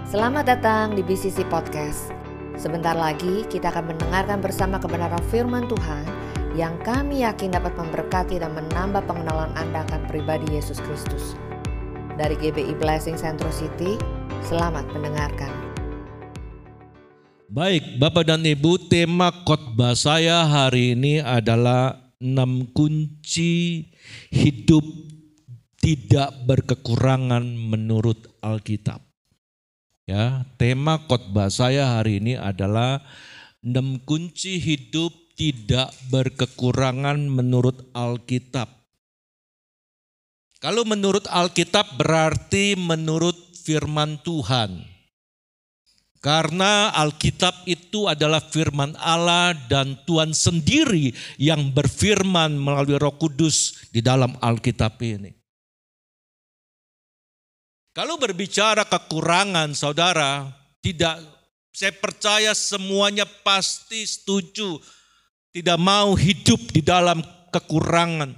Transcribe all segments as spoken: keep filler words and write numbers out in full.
Selamat datang di B C C Podcast. Sebentar lagi kita akan mendengarkan bersama kebenaran firman Tuhan yang kami yakin dapat memberkati dan menambah pengenalan Anda akan pribadi Yesus Kristus. Dari G B I Blessing Central City, selamat mendengarkan. Baik, Bapak dan Ibu, tema khotbah saya hari ini adalah enam kunci hidup tidak berkekurangan menurut Alkitab. Ya, tema khotbah saya hari ini adalah enam kunci hidup tidak berkekurangan menurut Alkitab. Kalau menurut Alkitab berarti menurut firman Tuhan. Karena Alkitab itu adalah firman Allah dan Tuhan sendiri yang berfirman melalui Roh Kudus di dalam Alkitab ini. Kalau berbicara kekurangan, saudara, tidak, saya percaya semuanya pasti setuju, tidak mau hidup di dalam kekurangan.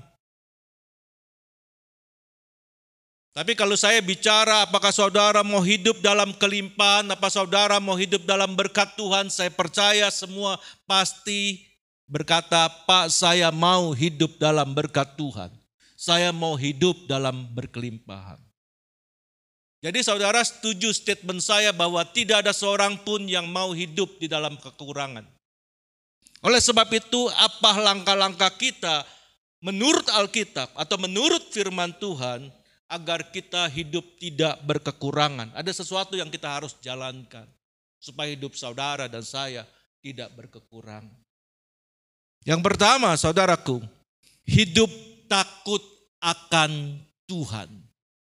Tapi kalau saya bicara apakah saudara mau hidup dalam kelimpahan, apa saudara mau hidup dalam berkat Tuhan, saya percaya semua pasti berkata, Pak, saya mau hidup dalam berkat Tuhan. Saya mau hidup dalam berkelimpahan. Jadi saudara setuju statement saya bahwa tidak ada seorang pun yang mau hidup di dalam kekurangan. Oleh sebab itu, apa langkah-langkah kita menurut Alkitab atau menurut firman Tuhan agar kita hidup tidak berkekurangan? Ada sesuatu yang kita harus jalankan supaya hidup saudara dan saya tidak berkekurangan. Yang pertama, saudaraku, hidup takut akan Tuhan.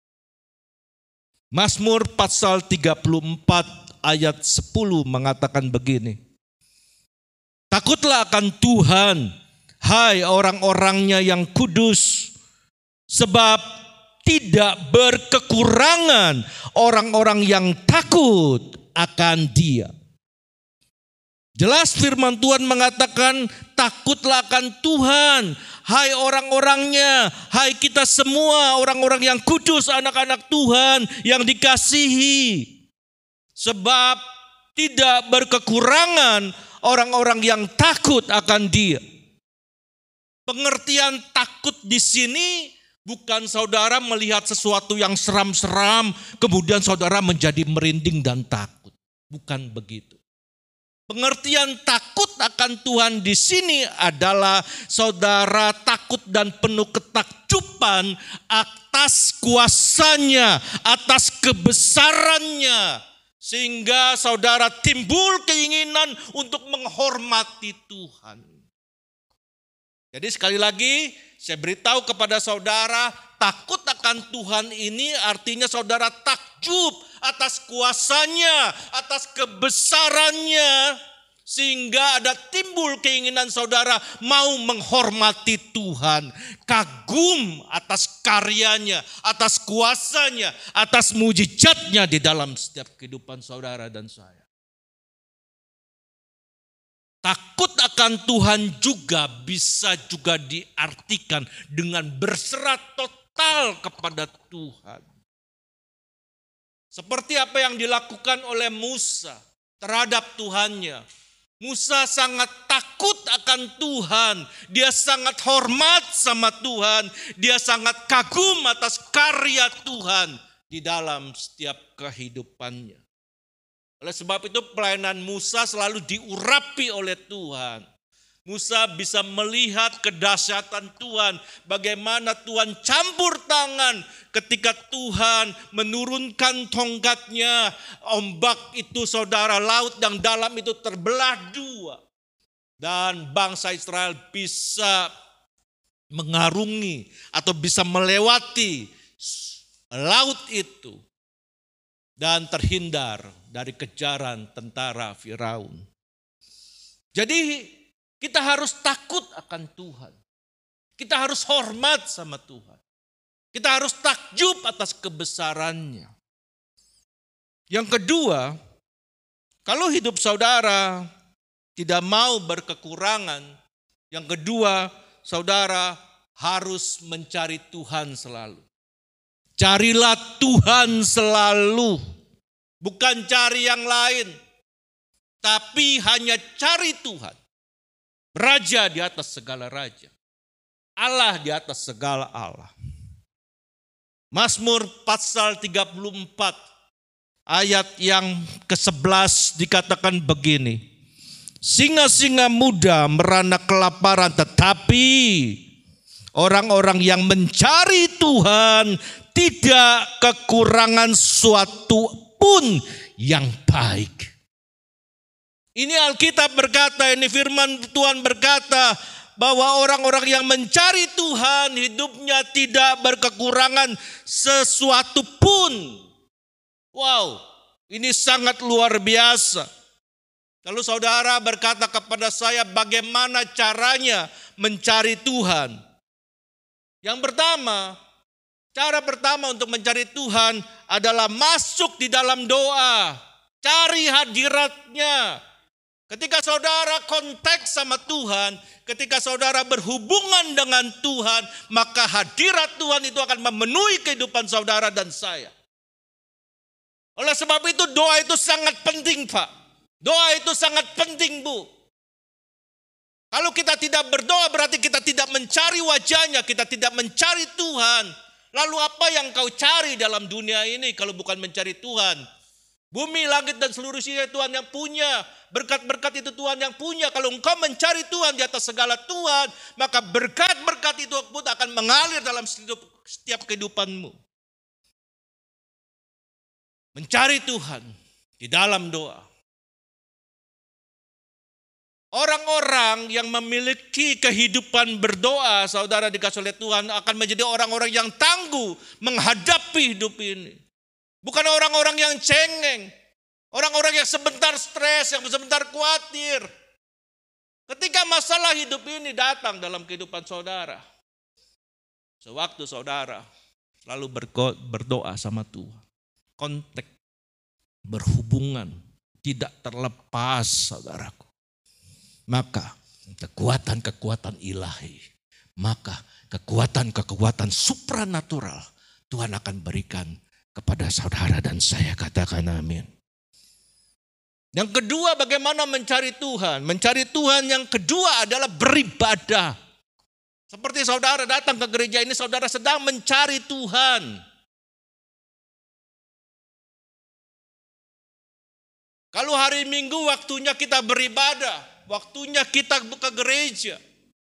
Mazmur pasal tiga puluh empat ayat sepuluh mengatakan begini. Takutlah akan Tuhan, hai orang-orangnya yang kudus, sebab tidak berkekurangan orang-orang yang takut akan Dia. Jelas firman Tuhan mengatakan takutlah akan Tuhan, hai orang-orangnya, hai kita semua orang-orang yang kudus, anak-anak Tuhan yang dikasihi. Sebab tidak berkekurangan orang-orang yang takut akan Dia. Pengertian takut di sini bukan saudara melihat sesuatu yang seram-seram, kemudian saudara menjadi merinding dan takut. Bukan begitu. Pengertian takut akan Tuhan di sini adalah saudara takut dan penuh ketakjuban atas kuasanya, atas kebesarannya. Sehingga saudara timbul keinginan untuk menghormati Tuhan. Jadi sekali lagi saya beritahu kepada saudara, takut akan Tuhan ini artinya saudara takjub atas kuasanya, atas kebesarannya. Sehingga ada timbul keinginan saudara mau menghormati Tuhan. Kagum atas karyanya, atas kuasanya, atas mujizatnya di dalam setiap kehidupan saudara dan saya. Takut akan Tuhan juga bisa juga diartikan dengan berserah total kepada Tuhan. Seperti apa yang dilakukan oleh Musa terhadap Tuhannya. Musa sangat takut akan Tuhan. Dia sangat hormat sama Tuhan. Dia sangat kagum atas karya Tuhan di dalam setiap kehidupannya. Oleh sebab itu pelayanan Musa selalu diurapi oleh Tuhan. Musa bisa melihat kedahsyatan Tuhan. Bagaimana Tuhan campur tangan ketika Tuhan menurunkan tongkatnya. Ombak itu saudara, laut yang dalam itu terbelah dua. Dan bangsa Israel bisa mengarungi atau bisa melewati laut itu. Dan terhindar dari kejaran tentara Firaun. Jadi kita harus takut akan Tuhan. Kita harus hormat sama Tuhan. Kita harus takjub atas kebesarannya. Yang kedua, kalau hidup saudara tidak mau berkekurangan, yang kedua saudara harus mencari Tuhan selalu. Carilah Tuhan selalu. bukan cari yang lain, tapi hanya cari Tuhan. Raja di atas segala raja, Allah di atas segala Allah. Mazmur pasal tiga puluh empat ayat yang ke sebelas dikatakan begini. Singa-singa muda merana kelaparan, tetapi orang-orang yang mencari Tuhan tidak kekurangan suatu pun yang baik. Ini Alkitab berkata, ini firman Tuhan berkata bahwa orang-orang yang mencari Tuhan hidupnya tidak berkekurangan sesuatu pun. Wow, ini sangat luar biasa. Kalau saudara berkata kepada saya bagaimana caranya mencari Tuhan. Yang pertama, cara pertama untuk mencari Tuhan adalah masuk di dalam doa. Cari hadiratnya. Ketika saudara kontak sama Tuhan, ketika saudara berhubungan dengan Tuhan, maka hadirat Tuhan itu akan memenuhi kehidupan saudara dan saya. Oleh sebab itu doa itu sangat penting, Pak. Doa itu sangat penting, Bu. Kalau kita tidak berdoa berarti kita tidak mencari wajahnya, kita tidak mencari Tuhan. Lalu apa yang kau cari dalam dunia ini kalau bukan mencari Tuhan? Bumi, langit dan seluruh isinya Tuhan yang punya. Berkat-berkat itu Tuhan yang punya. Kalau engkau mencari Tuhan di atas segala Tuhan, maka berkat-berkat itu pun akan mengalir dalam setiap kehidupanmu. Mencari Tuhan di dalam doa. Orang-orang yang memiliki kehidupan berdoa, saudara dikasih oleh Tuhan, akan menjadi orang-orang yang tangguh menghadapi hidup ini. Bukan orang-orang yang cengeng, orang-orang yang sebentar stres, yang sebentar khawatir. Ketika masalah hidup ini datang dalam kehidupan saudara, sewaktu saudara lalu berdoa sama Tuhan, kontak, berhubungan, tidak terlepas saudaraku. Maka kekuatan-kekuatan ilahi, maka kekuatan-kekuatan supranatural Tuhan akan berikan kepada saudara dan saya. Katakan amin. Yang kedua, bagaimana mencari Tuhan? Mencari Tuhan yang kedua adalah beribadah. Seperti saudara datang ke gereja ini, saudara sedang mencari Tuhan. Kalau hari Minggu waktunya kita beribadah, waktunya kita ke gereja.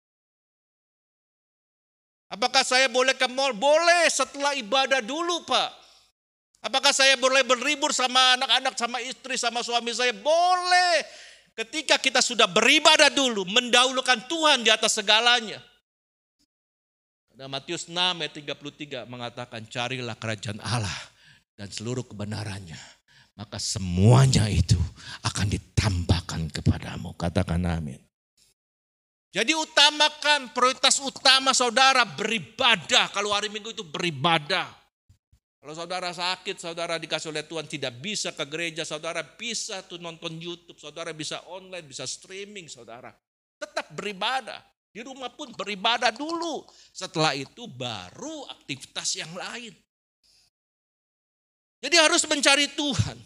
Apakah saya boleh ke mall? Boleh, setelah ibadah dulu, Pak. Apakah saya boleh berlibur sama anak-anak, sama istri, sama suami saya? Boleh. Ketika kita sudah beribadah dulu, mendahulukan Tuhan di atas segalanya. Dan Matius enam ayat tiga puluh tiga mengatakan, carilah kerajaan Allah dan seluruh kebenarannya. Maka semuanya itu akan ditambahkan kepadamu. Katakan amin. Jadi utamakan, prioritas utama saudara beribadah. Kalau hari Minggu itu beribadah. Kalau saudara sakit, saudara dikasih oleh Tuhan tidak bisa ke gereja, saudara bisa tuh nonton YouTube, saudara bisa online, bisa streaming, saudara. Tetap beribadah. Di rumah pun beribadah dulu. Setelah itu baru aktivitas yang lain. Jadi harus mencari Tuhan.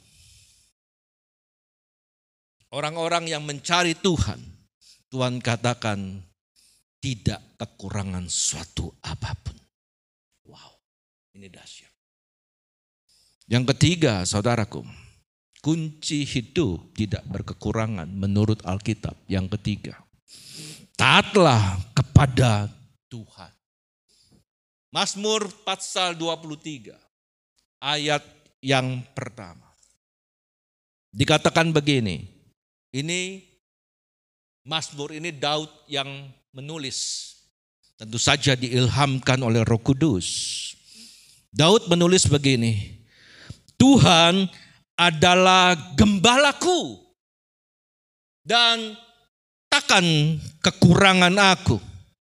Orang-orang yang mencari Tuhan, Tuhan katakan tidak kekurangan suatu apapun. Wow, ini dahsyat. Yang ketiga, saudaraku, kunci hidup tidak berkekurangan menurut Alkitab. Yang ketiga, taatlah kepada Tuhan. Mazmur pasal dua puluh tiga, ayat yang pertama. Dikatakan begini, ini Mazmur ini Daud yang menulis. Tentu saja diilhamkan oleh Roh Kudus. Daud menulis begini, Tuhan adalah gembalaku dan takkan kekurangan aku.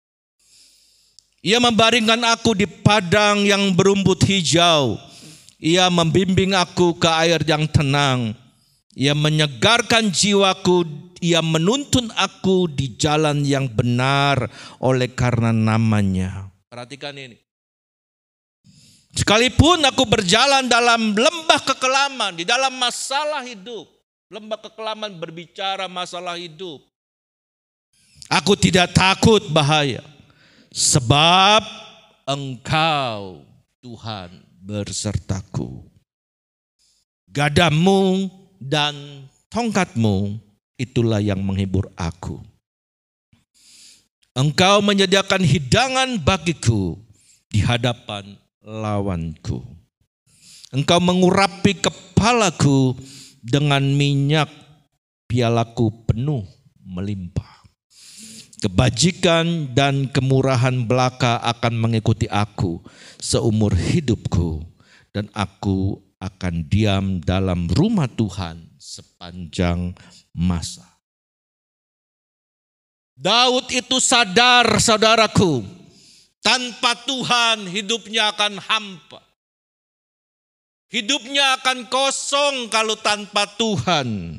Ia membaringkan aku di padang yang berumput hijau. Ia membimbing aku ke air yang tenang. Ia menyegarkan jiwaku. Ia menuntun aku di jalan yang benar oleh karena namanya. Perhatikan ini. Sekalipun aku berjalan dalam lembah kekelaman, di dalam masalah hidup. Lembah kekelaman berbicara masalah hidup. Aku tidak takut bahaya. Sebab Engkau Tuhan bersertaku. Gadamu dan tongkatmu itulah yang menghibur aku. Engkau menyediakan hidangan bagiku di hadapan lawanku. Engkau mengurapi kepalaku dengan minyak, pialaku penuh melimpah. Kebajikan dan kemurahan belaka akan mengikuti aku seumur hidupku, dan aku akan diam dalam rumah Tuhan sepanjang masa. Daud itu sadar, saudaraku, tanpa Tuhan hidupnya akan hampa. Hidupnya akan kosong kalau tanpa Tuhan.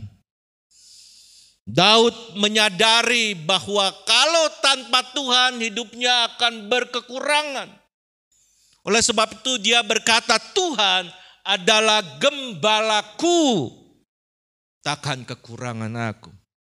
Daud menyadari bahwa kalau tanpa Tuhan hidupnya akan berkekurangan. Oleh sebab itu dia berkata, Tuhan adalah gembalaku, takkan kekurangan aku.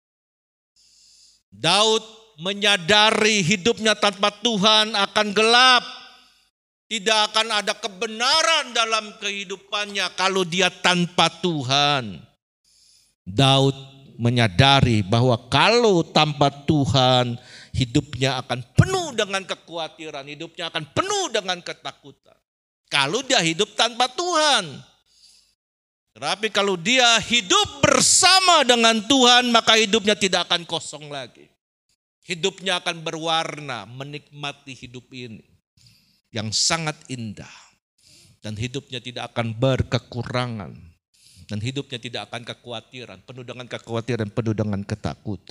Daud menyadari hidupnya tanpa Tuhan akan gelap. Tidak akan ada kebenaran dalam kehidupannya kalau dia tanpa Tuhan. Daud menyadari bahwa kalau tanpa Tuhan hidupnya akan penuh dengan kekhawatiran, hidupnya akan penuh dengan ketakutan. Kalau dia hidup tanpa Tuhan. Tetapi kalau dia hidup bersama dengan Tuhan, maka hidupnya tidak akan kosong lagi. Hidupnya akan berwarna, menikmati hidup ini yang sangat indah. Dan hidupnya tidak akan berkekurangan. Dan hidupnya tidak akan kekhawatiran, penuh dengan kekhawatiran, penuh dengan ketakutan.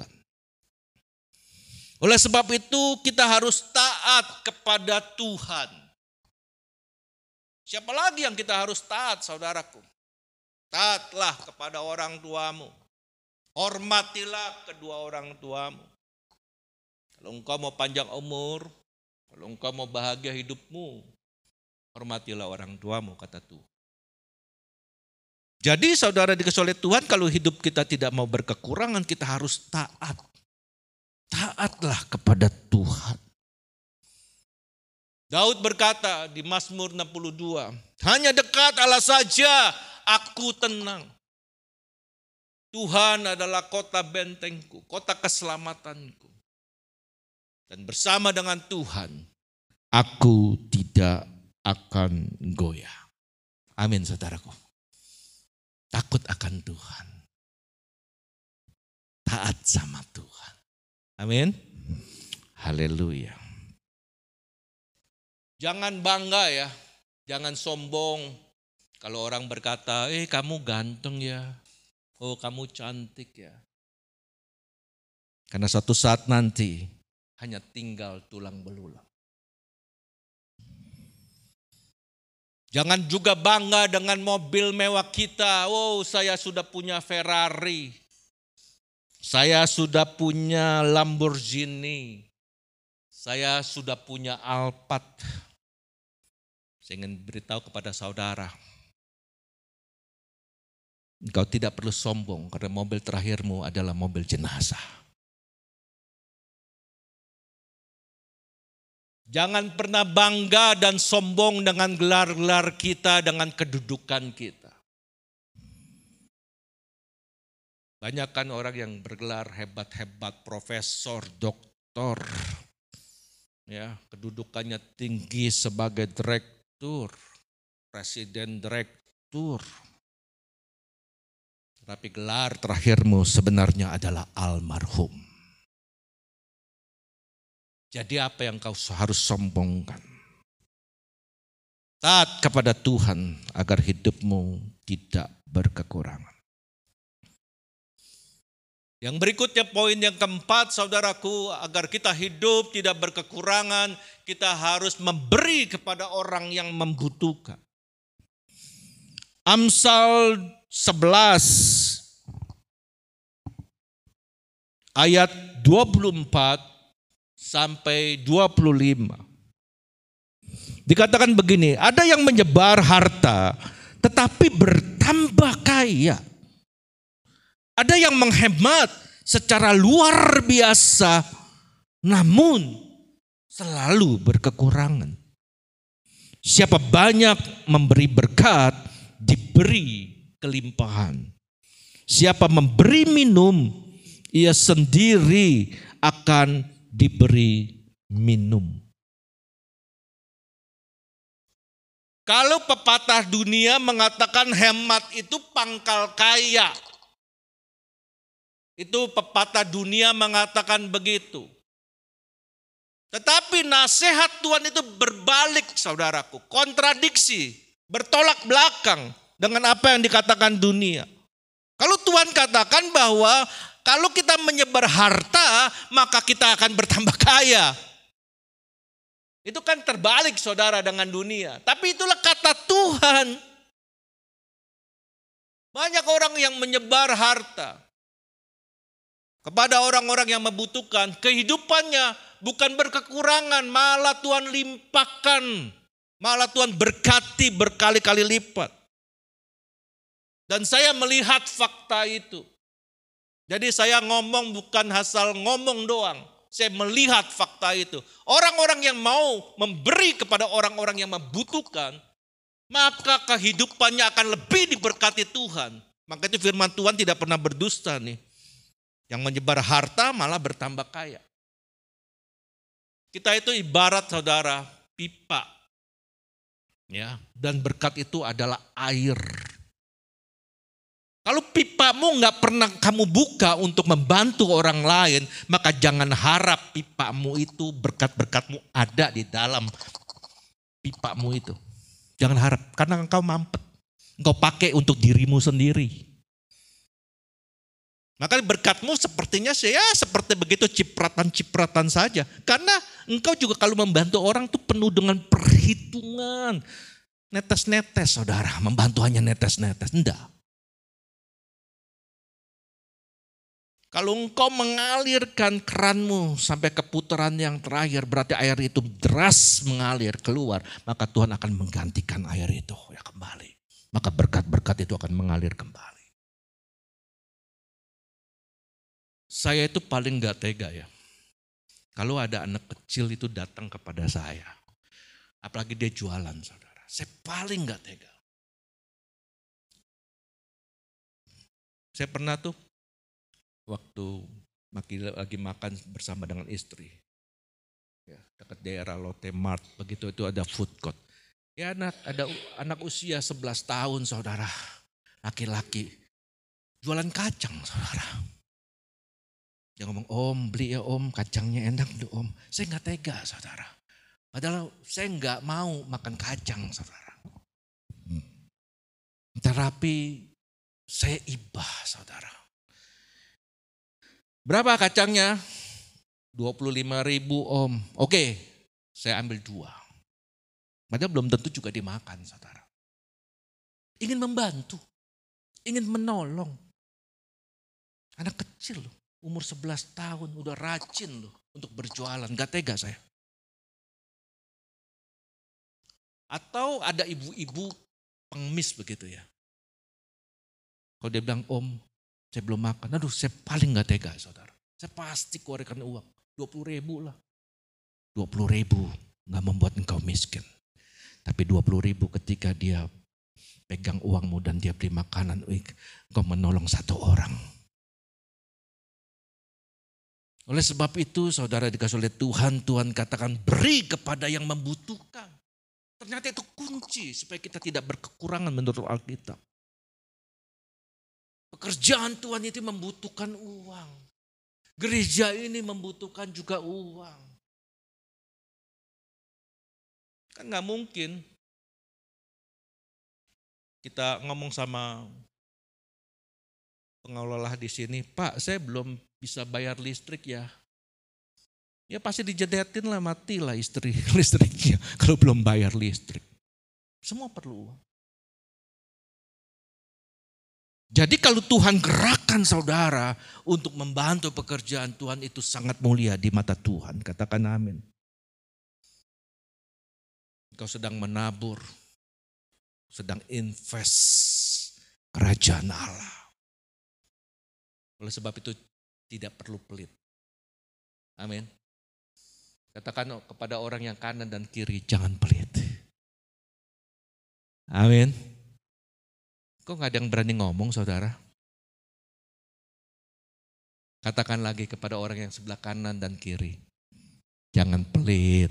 Oleh sebab itu kita harus taat kepada Tuhan. Siapa lagi yang kita harus taat, saudaraku? Taatlah kepada orang tuamu. Hormatilah kedua orang tuamu. Kalau engkau mau panjang umur, kalau engkau mau bahagia hidupmu, hormatilah orang tuamu, kata Tuhan. Jadi saudara dikasih oleh Tuhan, kalau hidup kita tidak mau berkekurangan, kita harus taat. Taatlah kepada Tuhan. Daud berkata di Mazmur enam puluh dua, hanya dekat Allah saja aku tenang. Tuhan adalah kota bentengku, kota keselamatanku. Dan bersama dengan Tuhan, aku tidak akan goyah. Amin, saudaraku. Takut akan Tuhan. Taat sama Tuhan. Amin. Haleluya. Jangan bangga ya. Jangan sombong. Kalau orang berkata, eh kamu ganteng ya. Oh kamu cantik ya. Karena suatu saat nanti hanya tinggal tulang belulang. Jangan juga bangga dengan mobil mewah kita. Oh, saya sudah punya Ferrari. Saya sudah punya Lamborghini. Saya sudah punya Alphard. Saya ingin beritahu kepada saudara. Engkau tidak perlu sombong karena mobil terakhirmu adalah mobil jenazah. Jangan pernah bangga dan sombong dengan gelar-gelar kita, dengan kedudukan kita. Banyak kan orang yang bergelar hebat-hebat, profesor, doktor. Ya, kedudukannya tinggi sebagai direktur, presiden direktur. Tapi gelar terakhirmu sebenarnya adalah almarhum. Jadi apa yang kau harus sombongkan? Taat kepada Tuhan agar hidupmu tidak berkekurangan. Yang berikutnya poin yang keempat, saudaraku, agar kita hidup tidak berkekurangan, kita harus memberi kepada orang yang membutuhkan. Amsal sebelas ayat dua puluh empat sampai dua puluh lima. Dikatakan begini, ada yang menyebar harta tetapi bertambah kaya. Ada yang menghemat secara luar biasa namun selalu berkekurangan. Siapa banyak memberi berkat, diberi kelimpahan. Siapa memberi minum, ia sendiri akan diberi minum. Kalau pepatah dunia mengatakan hemat itu pangkal kaya. Itu pepatah dunia mengatakan begitu. Tetapi nasihat Tuhan itu berbalik, saudaraku. Kontradiksi, bertolak belakang dengan apa yang dikatakan dunia. Kalau Tuhan katakan bahwa kalau kita menyebar harta, maka kita akan bertambah kaya. Itu kan terbalik, saudara, dengan dunia. Tapi itulah kata Tuhan. Banyak orang yang menyebar harta kepada orang-orang yang membutuhkan. Kehidupannya bukan berkekurangan, malah Tuhan limpahkan. Malah Tuhan berkati berkali-kali lipat. Dan saya melihat fakta itu. Jadi saya ngomong bukan asal ngomong doang. Saya melihat fakta itu. Orang-orang yang mau memberi kepada orang-orang yang membutuhkan, maka kehidupannya akan lebih diberkati Tuhan. Maka itu firman Tuhan tidak pernah berdusta nih. Yang menyebar harta malah bertambah kaya. Kita itu ibarat, saudara, pipa. Ya, dan berkat itu adalah air. Kalau pipamu nggak pernah kamu buka untuk membantu orang lain, maka jangan harap pipamu itu, berkat-berkatmu ada di dalam pipamu itu. Jangan harap, karena engkau mampet. Engkau pakai untuk dirimu sendiri. Maka berkatmu sepertinya ya seperti begitu cipratan-cipratan saja. Karena engkau juga kalau membantu orang tuh penuh dengan perhitungan. Netes-netes, saudara, membantu hanya netes-netes. Enggak. Kalau engkau mengalirkan keranmu sampai ke putaran yang terakhir, berarti air itu deras mengalir keluar, maka Tuhan akan menggantikan air itu ya kembali. Maka berkat-berkat itu akan mengalir kembali. Saya itu paling gak tega ya. Kalau ada anak kecil itu datang kepada saya, apalagi dia jualan, saudara. Saya paling gak tega. Saya pernah tuh waktu lagi makan bersama dengan istri, ya, dekat daerah Lotte Mart, begitu itu ada food court. Ya anak, ada anak usia sebelas tahun, saudara, laki-laki, jualan kacang, saudara. Dia ngomong, om beli ya om, kacangnya enak deh om. Saya gak tega, saudara. Padahal saya gak mau makan kacang, saudara. Terapi saya ibah, saudara. Berapa kacangnya? dua puluh lima ribu om. Oke, saya ambil dua. Padahal belum tentu juga dimakan, saudara. Ingin membantu, ingin menolong. Anak kecil loh, umur sebelas tahun, udah rajin loh untuk berjualan. Gak tega saya. Atau ada ibu-ibu pengemis begitu ya. Kalau dia bilang, om, saya belum makan. Aduh, saya paling gak tega, saudara. Saya pasti keluarkan uang. dua puluh ribu lah. dua puluh ribu gak membuat engkau miskin. Tapi dua puluh ribu ketika dia pegang uangmu dan dia beli makanan, engkau menolong satu orang. Oleh sebab itu, saudara dikasih oleh Tuhan, Tuhan katakan beri kepada yang membutuhkan. Ternyata itu kunci supaya kita tidak berkekurangan menurut Alkitab. Pekerjaan Tuhan itu membutuhkan uang. Gereja ini membutuhkan juga uang. Kan gak mungkin kita ngomong sama pengelola di sini, Pak saya belum bisa bayar listrik ya. Ya pasti dijedetin lah, matilah istri listriknya kalau belum bayar listrik. Semua perlu uang. Jadi kalau Tuhan gerakkan saudara untuk membantu pekerjaan Tuhan, itu sangat mulia di mata Tuhan. Katakan amin. Kau sedang menabur, sedang invest kerajaan Allah. Oleh sebab itu tidak perlu pelit. Amin. Katakan kepada orang yang kanan dan kiri, jangan pelit. Amin. Kok gak ada yang berani ngomong, saudara? Katakan lagi kepada orang yang sebelah kanan dan kiri, jangan pelit.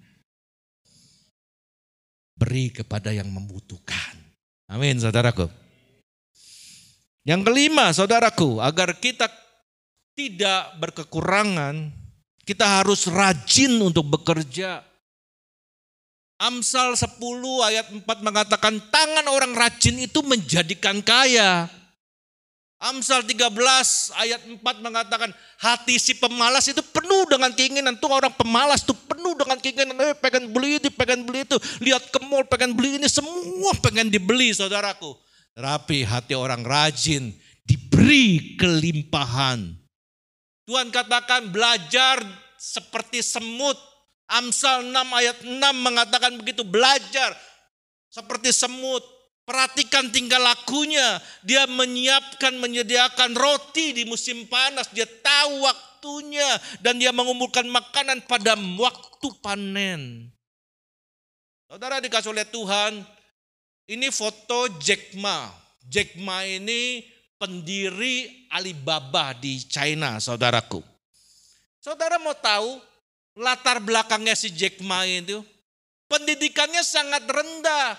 Beri kepada yang membutuhkan. Amin, saudaraku. Yang kelima, saudaraku, agar kita tidak berkekurangan, kita harus rajin untuk bekerja. Amsal sepuluh ayat empat mengatakan tangan orang rajin itu menjadikan kaya. Amsal tiga belas ayat empat mengatakan hati si pemalas itu penuh dengan keinginan. Tuh orang pemalas tuh penuh dengan keinginan. Eh pengen beli ini, pengen beli itu. Lihat ke mall, pengen beli ini. Semua pengen dibeli, saudaraku. Tapi hati orang rajin diberi kelimpahan. Tuhan katakan belajar seperti semut. Amsal enam ayat enam mengatakan begitu, belajar seperti semut. Perhatikan tingkah lakunya. Dia menyiapkan, menyediakan roti di musim panas. Dia tahu waktunya. Dan dia mengumpulkan makanan pada waktu panen. Saudara dikasih oleh Tuhan, ini foto Jack Ma. Jack Ma ini pendiri Alibaba di China, saudaraku. Saudara mau tahu latar belakangnya si Jack Ma itu? Pendidikannya sangat rendah.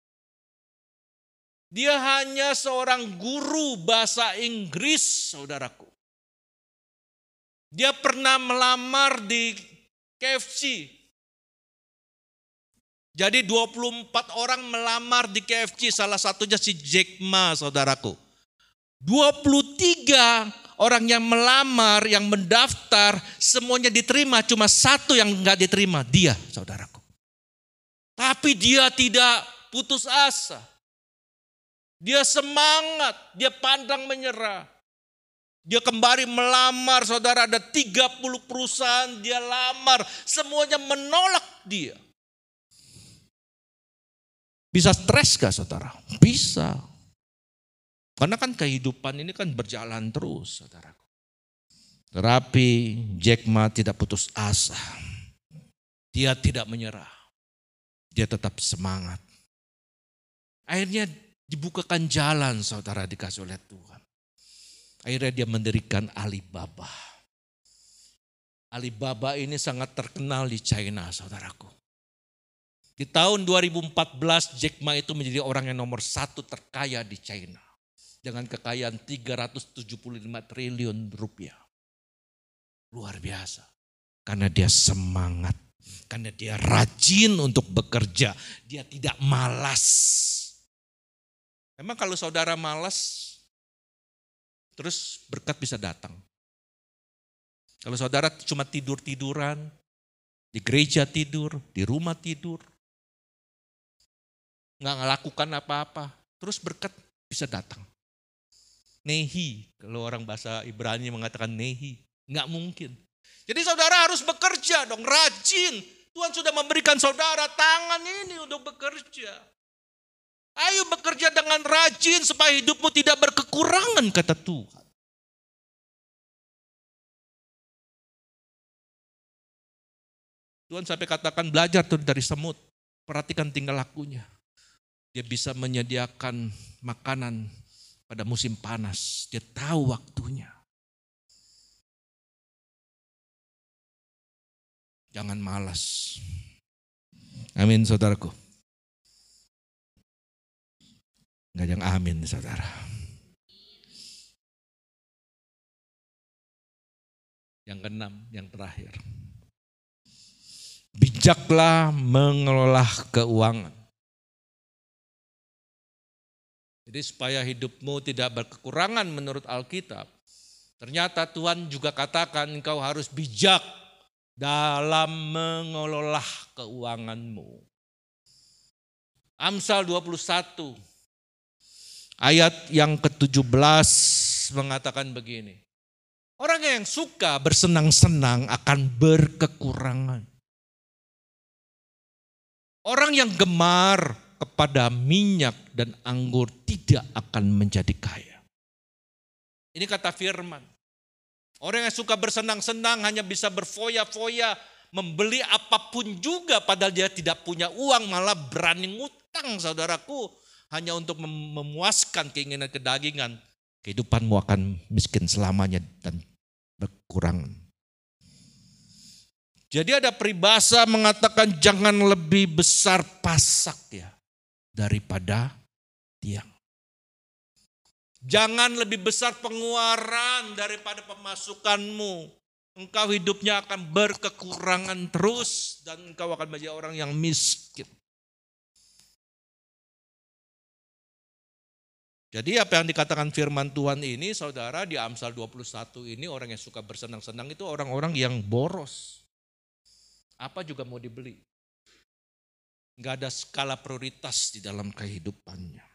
Dia hanya seorang guru bahasa Inggris, saudaraku. Dia pernah melamar di K F C. Jadi dua puluh empat orang melamar di K F C, salah satunya si Jack Ma, saudaraku. dua puluh tiga orang yang melamar, yang mendaftar, semuanya diterima, cuma satu yang enggak diterima, dia, saudaraku. Tapi dia tidak putus asa. Dia semangat, dia pantang menyerah. Dia kembali melamar, saudara, ada tiga puluh perusahaan dia lamar, semuanya menolak dia. Bisa stres gak, saudara? Bisa. Karena kan kehidupan ini kan berjalan terus, saudaraku. Tetapi Jack Ma tidak putus asa. Dia tidak menyerah. Dia tetap semangat. Akhirnya dibukakan jalan, saudara, dikasih oleh Tuhan. Akhirnya dia mendirikan Alibaba. Alibaba ini sangat terkenal di China, saudaraku. Di tahun dua ribu empat belas Jack Ma itu menjadi orang yang nomor satu terkaya di China. Dengan kekayaan tiga ratus tujuh puluh lima triliun rupiah. Luar biasa. Karena dia semangat. Karena dia rajin untuk bekerja. Dia tidak malas. Memang kalau saudara malas, terus berkat bisa datang. Kalau saudara cuma tidur-tiduran, di gereja tidur, di rumah tidur, nggak ngelakukan apa-apa, terus berkat bisa datang. Nehi, kalau orang bahasa Ibrani mengatakan nehi, nggak mungkin. Jadi saudara harus bekerja dong, rajin. Tuhan sudah memberikan saudara tangan ini untuk bekerja. Ayo bekerja dengan rajin supaya hidupmu tidak berkekurangan, kata Tuhan. Tuhan sampai katakan belajar tuh dari semut, perhatikan tingkah lakunya. Dia bisa menyediakan makanan pada musim panas, dia tahu waktunya. Jangan malas. Amin, saudaraku. Enggak yang amin, saudara. Yang keenam, yang terakhir. Bijaklah mengelola keuangan. Jadi supaya hidupmu tidak berkekurangan menurut Alkitab. Ternyata Tuhan juga katakan engkau harus bijak dalam mengelola keuanganmu. Amsal dua puluh satu ayat yang ke tujuh belas mengatakan begini. Orang yang suka bersenang-senang akan berkekurangan. Orang yang gemar kepada minyak dan anggur tidak akan menjadi kaya. Ini kata firman. Orang yang suka bersenang-senang hanya bisa berfoya-foya, membeli apapun juga padahal dia tidak punya uang, malah berani ngutang saudaraku hanya untuk mem- memuaskan keinginan kedagingan. Kehidupanmu akan miskin selamanya dan berkurang. Jadi ada peribahasa mengatakan jangan lebih besar pasak ya daripada tiang. Jangan lebih besar pengeluaran daripada pemasukanmu. Engkau hidupnya akan berkekurangan terus dan engkau akan menjadi orang yang miskin. Jadi apa yang dikatakan firman Tuhan ini, saudara, di Amsal dua puluh satu ini orang yang suka bersenang-senang itu orang-orang yang boros. Apa juga mau dibeli. Enggak ada skala prioritas di dalam kehidupannya.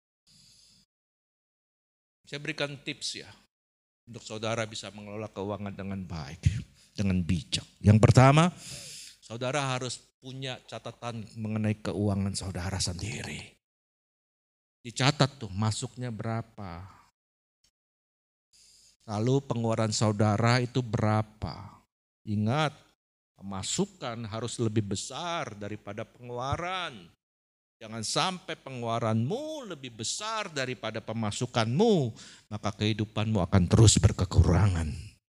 Saya berikan tips ya, untuk saudara bisa mengelola keuangan dengan baik, dengan bijak. Yang pertama, saudara harus punya catatan mengenai keuangan saudara sendiri. Dicatat tuh masuknya berapa. Lalu pengeluaran saudara itu berapa. Ingat, pemasukan harus lebih besar daripada pengeluaran. Jangan sampai pengeluaranmu lebih besar daripada pemasukanmu, maka kehidupanmu akan terus berkekurangan.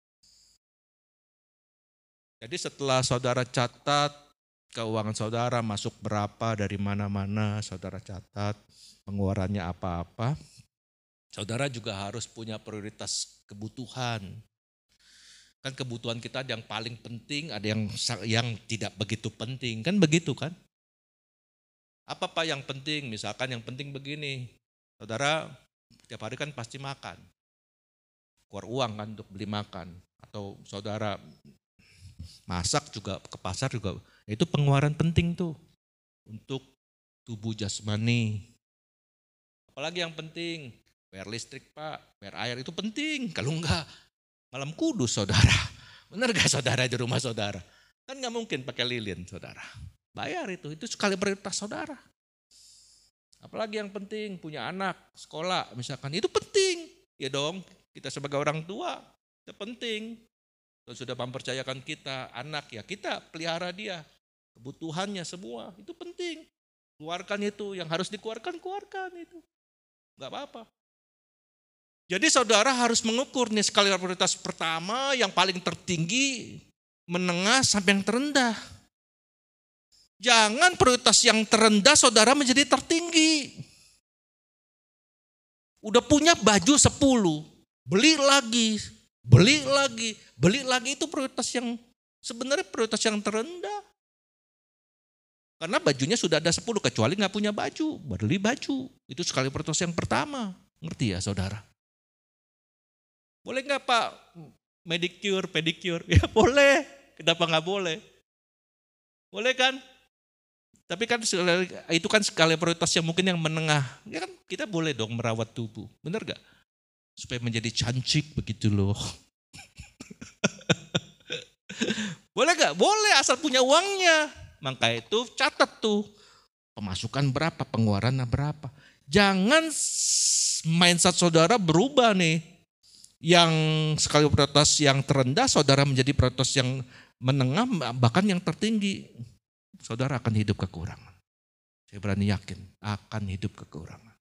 Jadi setelah saudara catat keuangan saudara masuk berapa dari mana-mana, saudara catat pengeluarannya apa-apa, saudara juga harus punya prioritas kebutuhan. Kan kebutuhan kita ada yang paling penting, ada yang yang tidak begitu penting, kan begitu kan? Apa Pak yang penting? Misalkan yang penting begini, saudara tiap hari kan pasti makan, keluar uang kan untuk beli makan, atau saudara masak juga ke pasar juga, itu pengeluaran penting tuh untuk tubuh jasmani. Apalagi yang penting, bayar listrik Pak, bayar air itu penting, kalau enggak malam kudus saudara. Benar gak saudara di rumah saudara? Kan gak mungkin pakai lilin saudara. Bayar itu, itu sekali prioritas saudara. Apalagi yang penting, punya anak, sekolah misalkan, itu penting. Ya dong, kita sebagai orang tua, itu penting. Kalau sudah mempercayakan kita, anak ya kita pelihara dia. Kebutuhannya semua, itu penting. Keluarkan itu, yang harus dikeluarkan, keluarkan itu. Gak apa-apa. Jadi saudara harus mengukur nih skala prioritas pertama yang paling tertinggi, menengah sampai yang terendah. Jangan prioritas yang terendah saudara menjadi tertinggi. Udah punya baju sepuluh, beli lagi, beli lagi, beli lagi itu prioritas yang sebenarnya prioritas yang terendah. Karena bajunya sudah ada sepuluh, kecuali gak punya baju, beli baju. Itu sekali prioritas yang pertama. Ngerti ya saudara? Boleh gak Pak medicure, pedicure? Ya boleh, kenapa gak boleh? Boleh kan? Tapi kan itu kan skala prioritas yang mungkin yang menengah. Ya kan kita boleh dong merawat tubuh, benar gak? Supaya menjadi cantik begitu loh. Boleh gak? Boleh asal punya uangnya. Maka itu catat tuh, pemasukan berapa, pengeluaran berapa. Jangan mindset saudara berubah nih. Yang skala prioritas yang terendah, saudara menjadi prioritas yang menengah, bahkan yang tertinggi. Saudara akan hidup kekurangan. Saya berani yakin akan hidup kekurangan.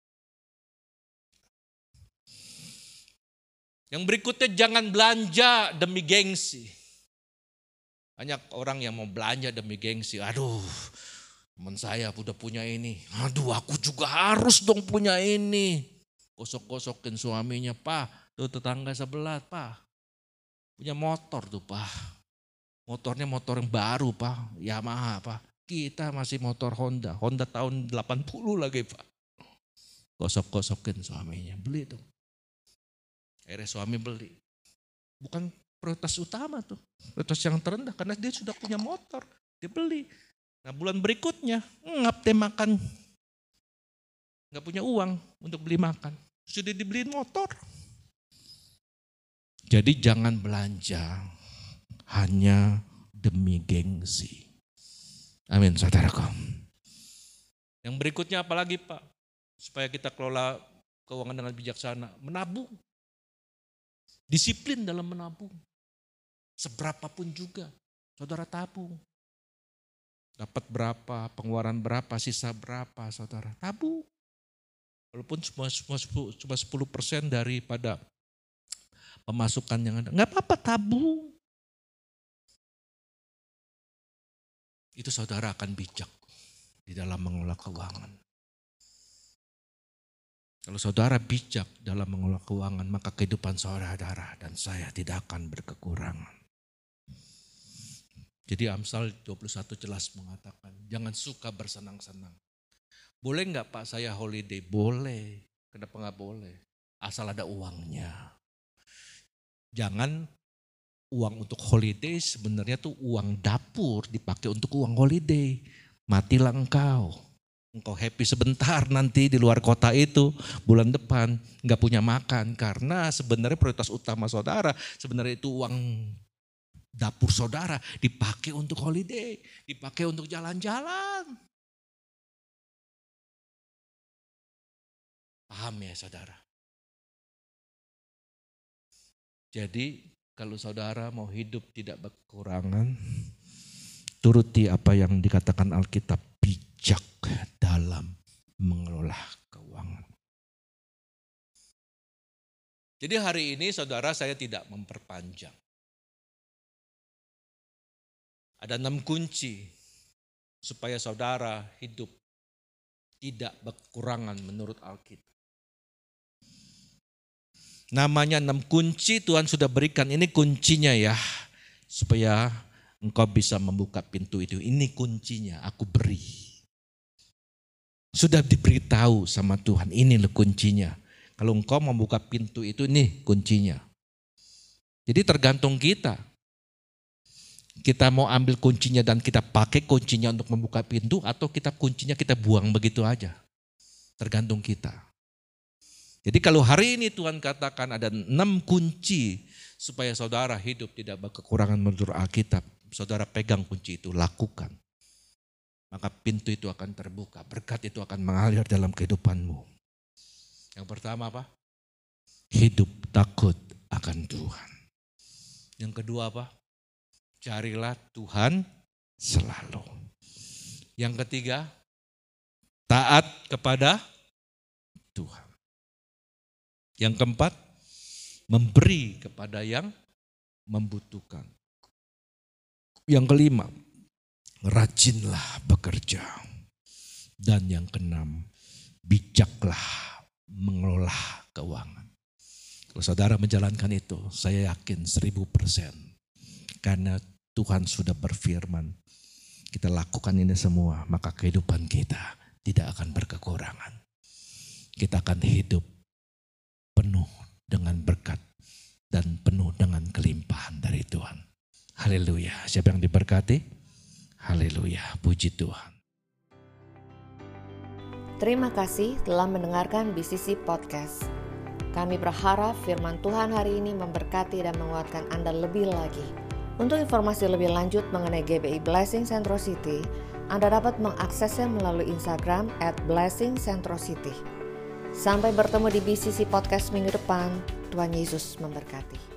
Yang berikutnya jangan belanja demi gengsi. Banyak orang yang mau belanja demi gengsi. Aduh, teman saya udah punya ini. Aduh, aku juga harus dong punya ini. Gosok-gosokin suaminya, Pak. Tuh tetangga sebelah, Pak. Punya motor tuh, Pak. Motornya motor yang baru, Pak. Yamaha, Pak. Kita masih motor Honda. Honda tahun delapan puluh lagi, Pak. Gosok-gosokin suaminya. Beli tuh. Akhirnya suami beli. Bukan prioritas utama tuh, prioritas yang terendah karena dia sudah punya motor, dia beli. Nah bulan berikutnya ngap teh makan, nggak punya uang untuk beli makan, sudah dibeliin motor. Jadi jangan belanja hanya demi gengsi. Amin, saudaraku. Yang berikutnya apalagi Pak? Supaya kita kelola keuangan dengan bijaksana. Menabung. Disiplin dalam menabung. Seberapapun juga. Saudara tabung. Dapat berapa, pengeluaran berapa, sisa berapa, saudara. Tabung. Walaupun cuma, cuma, cuma sepuluh persen daripada pemasukan yang ada. Enggak apa-apa, tabung. Itu saudara akan bijak di dalam mengelola keuangan. Kalau saudara bijak dalam mengelola keuangan, maka kehidupan saudara dan saya tidak akan berkekurangan. Jadi Amsal dua puluh satu jelas mengatakan, jangan suka bersenang-senang. Boleh enggak Pak saya holiday? Boleh. Kenapa enggak boleh? Asal ada uangnya. Jangan uang untuk holiday sebenarnya tuh uang dapur dipakai untuk uang holiday. Matilah engkau. Engkau happy sebentar nanti di luar kota itu bulan depan enggak punya makan. Karena sebenarnya prioritas utama saudara sebenarnya itu uang dapur saudara dipakai untuk holiday, dipakai untuk jalan-jalan. Paham ya saudara? Jadi kalau saudara mau hidup tidak berkekurangan, turuti apa yang dikatakan Alkitab, bijak dalam mengelola keuangan. Jadi hari ini saudara saya tidak memperpanjang. Ada enam kunci supaya saudara hidup tidak berkekurangan menurut Alkitab. Namanya enam kunci Tuhan sudah berikan, ini kuncinya ya. Supaya engkau bisa membuka pintu itu, ini kuncinya aku beri. Sudah diberitahu sama Tuhan, ini loh kuncinya. Kalau engkau membuka pintu itu, ini kuncinya. Jadi tergantung kita. Kita mau ambil kuncinya dan kita pakai kuncinya untuk membuka pintu atau kita kuncinya kita buang begitu aja. Tergantung kita. Jadi kalau hari ini Tuhan katakan ada enam kunci supaya saudara hidup tidak berkekurangan menurut Alkitab. Saudara pegang kunci itu, lakukan. Maka pintu itu akan terbuka, berkat itu akan mengalir dalam kehidupanmu. Yang pertama apa? Hidup takut akan Tuhan. Yang kedua apa? Carilah Tuhan selalu. Yang ketiga, taat kepada Tuhan. Yang keempat, memberi kepada yang membutuhkan. Yang kelima, rajinlah bekerja. Dan yang keenam, bijaklah mengelola keuangan. Kalau saudara menjalankan itu, saya yakin seribu persen. Karena Tuhan sudah berfirman, kita lakukan ini semua, maka kehidupan kita tidak akan berkekurangan. Kita akan hidup penuh dengan berkat dan penuh dengan kelimpahan dari Tuhan. Haleluya. Siapa yang diberkati? Haleluya. Puji Tuhan. Terima kasih telah mendengarkan B C C Podcast. Kami berharap firman Tuhan hari ini memberkati dan menguatkan Anda lebih lagi. Untuk informasi lebih lanjut mengenai G B I Blessing Centro City, Anda dapat mengaksesnya melalui Instagram at blessing centro city. Sampai bertemu di B C C Podcast minggu depan. Tuhan Yesus memberkati.